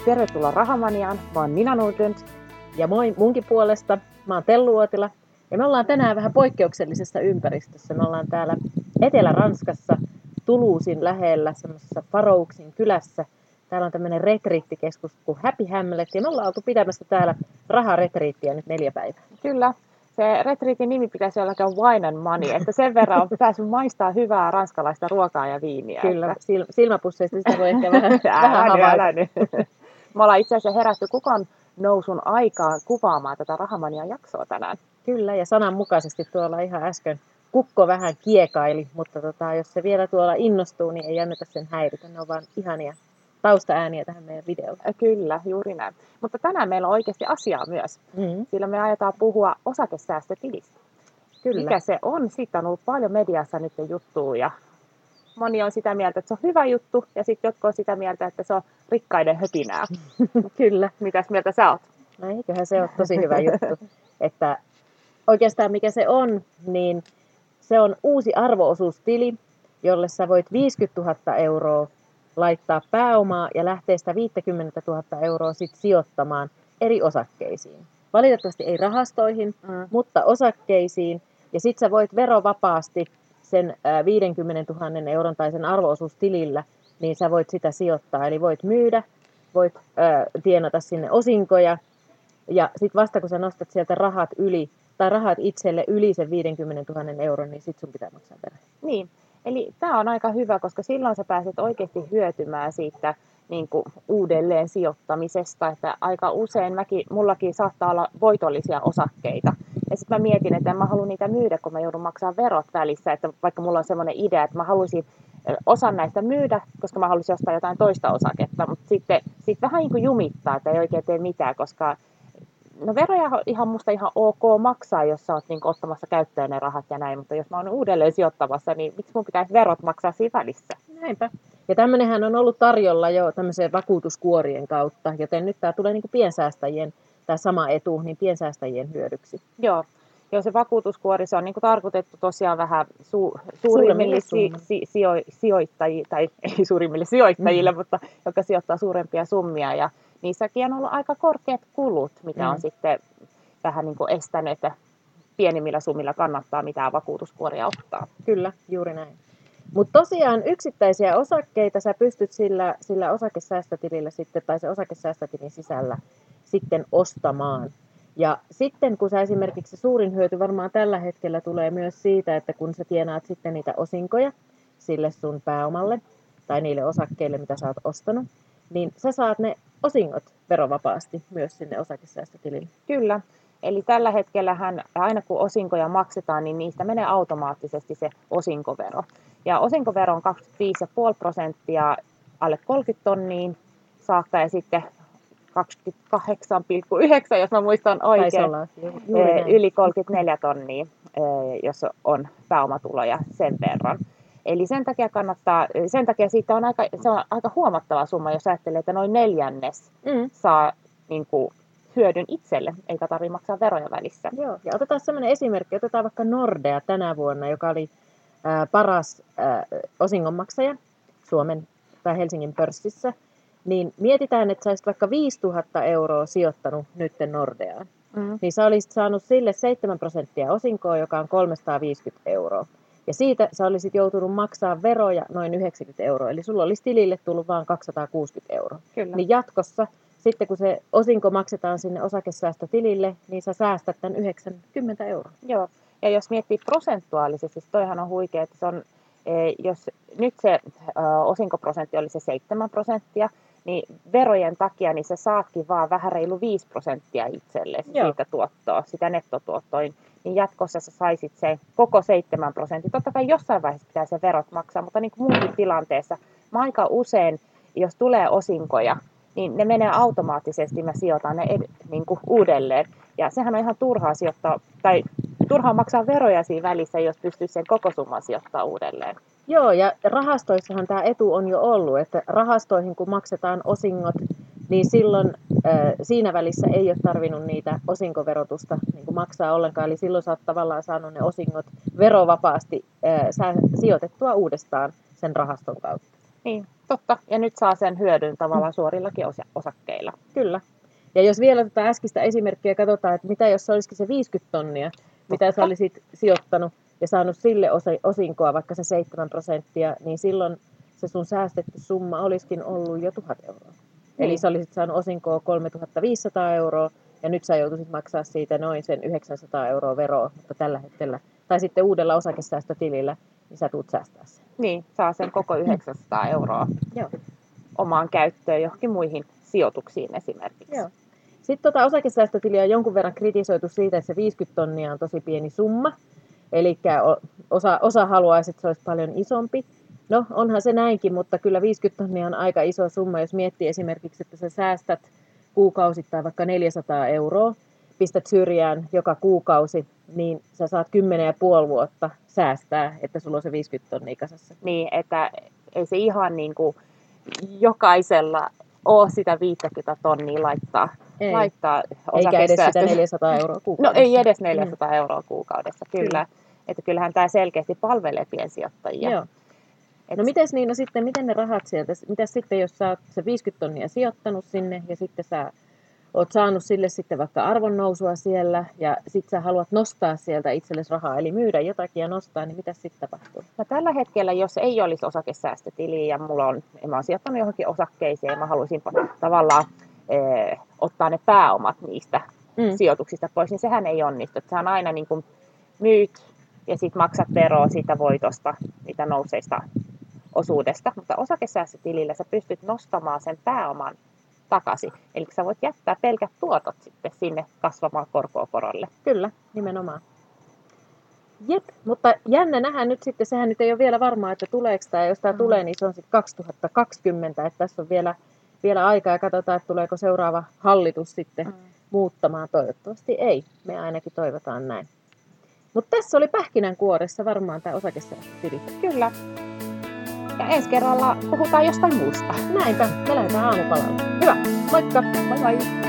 Tervetuloa Rahamaniaan. Mä oon Nina Nordlund. Ja moi munkin puolesta. Mä oon Tellu Uotila. Ja me ollaan tänään vähän poikkeuksellisessa ympäristössä. Me ollaan täällä Etelä-Ranskassa, Toulousin lähellä, semmoisessa Farouksin kylässä. Täällä on tämmöinen retriittikeskus kuin Happy Hamlet. Ja me ollaan oltu pitämässä täällä raharetriittiä nyt 4 päivää. Kyllä. Se retriitin nimi pitäisi olla Wine and Money, että sen verran on päässyt maistaa hyvää ranskalaista ruokaa ja viiniä. Kyllä, että... silmäpusseista sitä voi ehkä vähän havaita. Me ollaan itse asiassa herätty kukaan nousun aikaan kuvaamaan tätä Rahamanian jaksoa tänään. Kyllä, ja sananmukaisesti tuolla ihan äsken kukko vähän kiekaili, mutta jos se vielä tuolla innostuu, niin ei anneta sen häiritä. Ne on vaan ihania taustaääniä tähän meidän videolle. Kyllä, juuri näin. Mutta tänään meillä on oikeasti asiaa myös, sillä me aiotaan puhua osakesäästötilistä. Kyllä. Mikä se on? Siitä on ollut paljon mediassa nyt juttua ja moni on sitä mieltä, että se on hyvä juttu ja sitten jotkut on sitä mieltä, että se on rikkaiden höpinää. Kyllä. Mitäs mieltä sä oot? No eiköhän se ole tosi hyvä juttu. Että oikeastaan mikä se on, niin se on uusi arvo-osuustili, jolle sä voit 50 000 euroa laittaa pääomaa ja lähteä sitä 50 000 euroa sit sijoittamaan eri osakkeisiin. Valitettavasti ei rahastoihin, mutta osakkeisiin. Ja sit sä voit verovapaasti sen 50 000 euron tai sen arvo-osuustilillä, niin sä voit sitä sijoittaa. Eli voit myydä, voit tienata sinne osinkoja. Ja sit vasta kun sä nostat sieltä rahat itselle yli sen 50 000 euron, niin sit sun pitää maksaa vero. Niin. Eli tämä on aika hyvä, koska silloin sä pääset oikeasti hyötymään siitä niin kuin uudelleen sijoittamisesta. Että aika usein mullakin saattaa olla voitollisia osakkeita. Ja sitten mä mietin, että en mä halua niitä myydä, kun mä joudun maksamaan verot välissä. Että vaikka mulla on semmoinen idea, että mä haluaisin osan näistä myydä, koska mä haluaisin ostaa jotain toista osaketta. Mutta sitten vähän niin kuin jumittaa, että ei oikein tee mitään, koska no veroja on musta ihan ok maksaa, jos sä oot niin ottamassa käyttöön ne rahat ja näin, mutta jos mä oon uudelleen sijoittamassa, niin miksi mun pitäisi verot maksaa siinä välissä? Näinpä. Ja tämmönenhän on ollut tarjolla jo tämmöiseen vakuutuskuorien kautta, joten nyt tää tulee niin kuin piensäästäjien, tämä sama etu, niin piensäästäjien hyödyksi. Joo, se vakuutuskuori, se on niin kuin tarkoitettu tosiaan vähän suurimmille sijoittajille, tai ei suurimmille sijoittajille, mutta jotka sijoittaa suurempia summia ja niissäkin on ollut aika korkeat kulut, mikä on sitten vähän niin kuin estänyt, että pienimmillä summilla kannattaa mitään vakuutuskuoria ottaa. Kyllä, juuri näin. Mutta tosiaan yksittäisiä osakkeita sä pystyt sillä osakesäästötilillä sitten, tai se osakesäästötilin sisällä sitten ostamaan. Ja sitten kun sä esimerkiksi suurin hyöty varmaan tällä hetkellä tulee myös siitä, että kun sä tienaat sitten niitä osinkoja sille sun pääomalle tai niille osakkeille, mitä sä oot ostanut, niin sä saat ne osingot verovapaasti myös sinne osakesäästötilille. Kyllä. Eli tällä hetkellähän aina kun osinkoja maksetaan, niin niistä menee automaattisesti se osinkovero. Ja osinkovero on 25,5% alle 30 tonniin saakka ja sitten 28,9, jos mä muistan oikein, yli 34 tonnia, jos on pääomatuloja sen verran. Eli sen takia siitä on se on aika huomattava summa, jos ajattelee, että noin 1/4 saa niin kuin hyödyn itselle, eikä tarvitse maksaa veroja välissä. Joo, ja otetaan sellainen esimerkki, otetaan vaikka Nordea tänä vuonna, joka oli paras osingonmaksaja Suomen tai Helsingin pörssissä, niin mietitään, että sä olisit vaikka 5 000 euroa sijoittanut nyt Nordeaan, niin sä olisit saanut sille 7% osinkoa, joka on 350 euroa. Ja siitä sä olisit joutunut maksaa veroja noin 90 euroa, eli sulla olisi tilille tullut vain 260 euroa. Kyllä. Niin jatkossa, sitten kun se osinko maksetaan sinne osakesäästötilille, niin sä säästät tämän 90 euroa. Joo, ja jos miettii prosentuaalisesti, toihan on huikea, että se on, jos nyt se osinkoprosentti oli se 7%, niin verojen takia niin sä saatkin vaan vähän reilu 5% itsellesi siitä tuottoa, sitä nettotuottoa. Niin jatkossa sä saisit sen koko 7%. Totta kai jossain vaiheessa pitää se verot maksaa, mutta niin kuin muunkin tilanteessa, mä aika usein, jos tulee osinkoja, niin ne menee automaattisesti, mä sijoitan ne niin kuin uudelleen. Ja sehän on ihan turhaa sijoittaa, tai turhaa maksaa veroja siinä välissä, jos pystyisi sen koko summan sijoittaa uudelleen. Joo, ja rahastoissahan tämä etu on jo ollut, että rahastoihin kun maksetaan osingot, niin silloin siinä välissä ei ole tarvinnut niitä osinkoverotusta niin kuin maksaa ollenkaan. Eli silloin sä oot tavallaan saanut ne osingot verovapaasti sijoitettua uudestaan sen rahaston kautta. Niin, totta. Ja nyt saa sen hyödyn tavallaan suorillakin osakkeilla. Kyllä. Ja jos vielä tätä äskeistä esimerkkiä katsotaan, että mitä jos se olisikin se 50 tonnia, mitä sä olisit sijoittanut ja saanut sille osinkoa, vaikka se 7%, niin silloin se sun säästetty summa olisikin ollut jo 1 000 euroa. Eli sä olisit saanut osinkoa 3500 euroa, ja nyt sä joutuisit maksaa siitä noin sen 900 euroa veroa, mutta tällä hetkellä, tai sitten uudella osakesäästötilillä, niin sä tulet säästää sen. Niin, saa sen koko 900 euroa Joo. omaan käyttöön johonkin muihin sijoituksiin esimerkiksi. Joo. Sitten osakesäästötiliä on jonkun verran kritisoitu siitä, että se 50 tonnia on tosi pieni summa. Eli osa haluaisi, että se olisi paljon isompi. No, onhan se näinkin, mutta kyllä 50 tonnia on aika iso summa, jos miettii esimerkiksi, että sä säästät kuukausittain vaikka 400 euroa, pistät syrjään joka kuukausi, niin sä saat 10,5 vuotta säästää, että sulla on se 50 tonnia kasassa. Niin, että ei se ihan niin kuin jokaisella ole sitä 50 tonnia laittaa eikä edes sitä 400 euroa kuukaudessa. No ei edes 400 euroa kuukaudessa, kyllä. Että kyllähän tämä selkeästi palvelee piensijoittajia. Joo. No mites Niina sitten, miten ne rahat sieltä, mitäs sitten jos sä oot se 50 tonnia sijoittanut sinne ja sitten sä oot saanut sille sitten vaikka arvonnousua siellä ja sitten sä haluat nostaa sieltä itsellesi rahaa, eli myydä jotakin ja nostaa, niin mitä sitten tapahtuu? No tällä hetkellä, jos ei olisi osakesäästötiliä ja mä oon sijoittanut johonkin osakkeisiin ja mä haluaisin tavallaan ottaa ne pääomat niistä sijoituksista pois, niin sehän ei onnistu. Se on aina niin kuin myyt ja sitten maksat veroa siitä voitosta, niitä nouseista osuudesta, mutta osakesäästötilillä sä pystyt nostamaan sen pääoman takaisin. Eli sä voit jättää pelkät tuotot sitten sinne kasvamaan korkoa korolle. Kyllä, nimenomaan. Jep, mutta jännä nähdä nyt sitten, sehän nyt ei ole vielä varmaa, että tuleeko tämä, jos tämä tulee, niin se on sitten 2020, että tässä on vielä aikaa ja katsotaan, että tuleeko seuraava hallitus sitten muuttamaan. Toivottavasti ei, me ainakin toivotaan näin. Mutta tässä oli pähkinänkuoressa varmaan tämä osakesäästötili. Kyllä. Ja ensi kerralla puhutaan jostain muusta. Näinpä, me lähdetään aamupalalle. Hyvä, moikka! Moi moi!